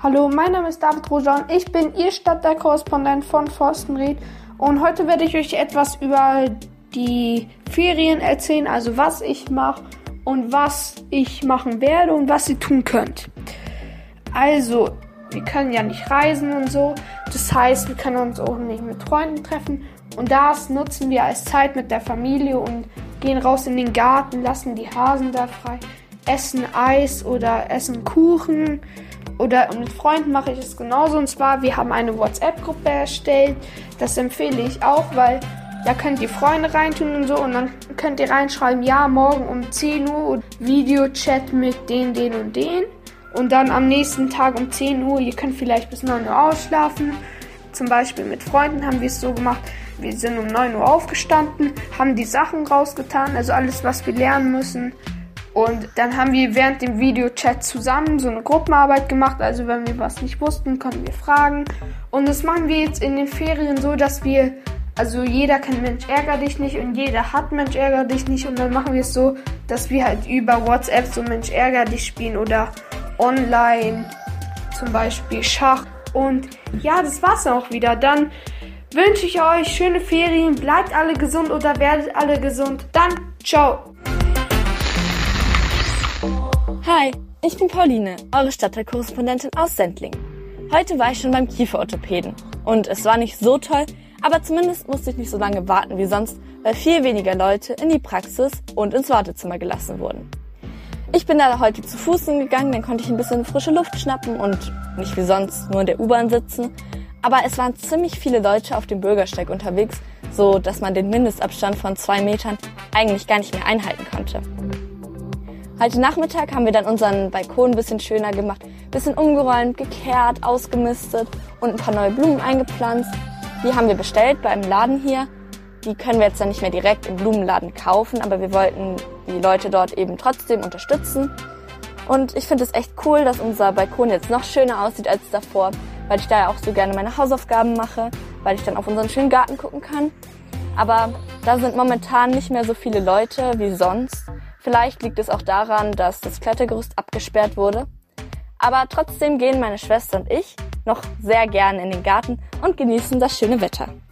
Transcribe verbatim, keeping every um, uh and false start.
Hallo, mein Name ist David Rojan. Ich bin Ihr Stadtteilkorrespondent von Forstenried und heute werde ich euch etwas über die Ferien erzählen, also was ich mache und was ich machen werde und was ihr tun könnt. Also, wir können ja nicht reisen und so, das heißt, wir können uns auch nicht mit Freunden treffen und das nutzen wir als Zeit mit der Familie und gehen raus in den Garten, lassen die Hasen da frei, essen Eis oder essen Kuchen. Oder mit Freunden mache ich es genauso. Und zwar, wir haben eine WhatsApp-Gruppe erstellt. Das empfehle ich auch, weil da könnt ihr Freunde reintun und so. Und dann könnt ihr reinschreiben, ja, morgen um zehn Uhr Videochat mit den, den und den. Und dann am nächsten Tag um zehn Uhr, ihr könnt vielleicht bis neun Uhr ausschlafen. Zum Beispiel mit Freunden haben wir es so gemacht. Wir sind um neun Uhr aufgestanden, haben die Sachen rausgetan, also alles, was wir lernen müssen. Und dann haben wir während dem Videochat zusammen so eine Gruppenarbeit gemacht. Also wenn wir was nicht wussten, konnten wir fragen. Und das machen wir jetzt in den Ferien so, dass wir, also jeder kennt Mensch ärger dich nicht und jeder hat Mensch ärger dich nicht. Und dann machen wir es so, dass wir halt über WhatsApp so Mensch ärger dich spielen oder online, zum Beispiel Schach. Und ja, das war's auch wieder. Dann wünsche ich euch schöne Ferien, bleibt alle gesund oder werdet alle gesund. Dann ciao! Hi, ich bin Pauline, eure Stadtteilkorrespondentin aus Sendling. Heute war ich schon beim Kieferorthopäden und es war nicht so toll, aber zumindest musste ich nicht so lange warten wie sonst, weil viel weniger Leute in die Praxis und ins Wartezimmer gelassen wurden. Ich bin da heute zu Fuß hingegangen, dann konnte ich ein bisschen frische Luft schnappen und nicht wie sonst nur in der U-Bahn sitzen. Aber es waren ziemlich viele Leute auf dem Bürgersteig unterwegs, so dass man den Mindestabstand von zwei Metern eigentlich gar nicht mehr einhalten konnte. Heute Nachmittag haben wir dann unseren Balkon ein bisschen schöner gemacht, ein bisschen umgeräumt, gekehrt, ausgemistet und ein paar neue Blumen eingepflanzt. Die haben wir bestellt bei einem Laden hier. Die können wir jetzt dann nicht mehr direkt im Blumenladen kaufen, aber wir wollten die Leute dort eben trotzdem unterstützen. Und ich finde es echt cool, dass unser Balkon jetzt noch schöner aussieht als davor, weil ich da ja auch so gerne meine Hausaufgaben mache, weil ich dann auf unseren schönen Garten gucken kann. Aber da sind momentan nicht mehr so viele Leute wie sonst. Vielleicht liegt es auch daran, dass das Klettergerüst abgesperrt wurde. Aber trotzdem gehen meine Schwester und ich noch sehr gerne in den Garten und genießen das schöne Wetter.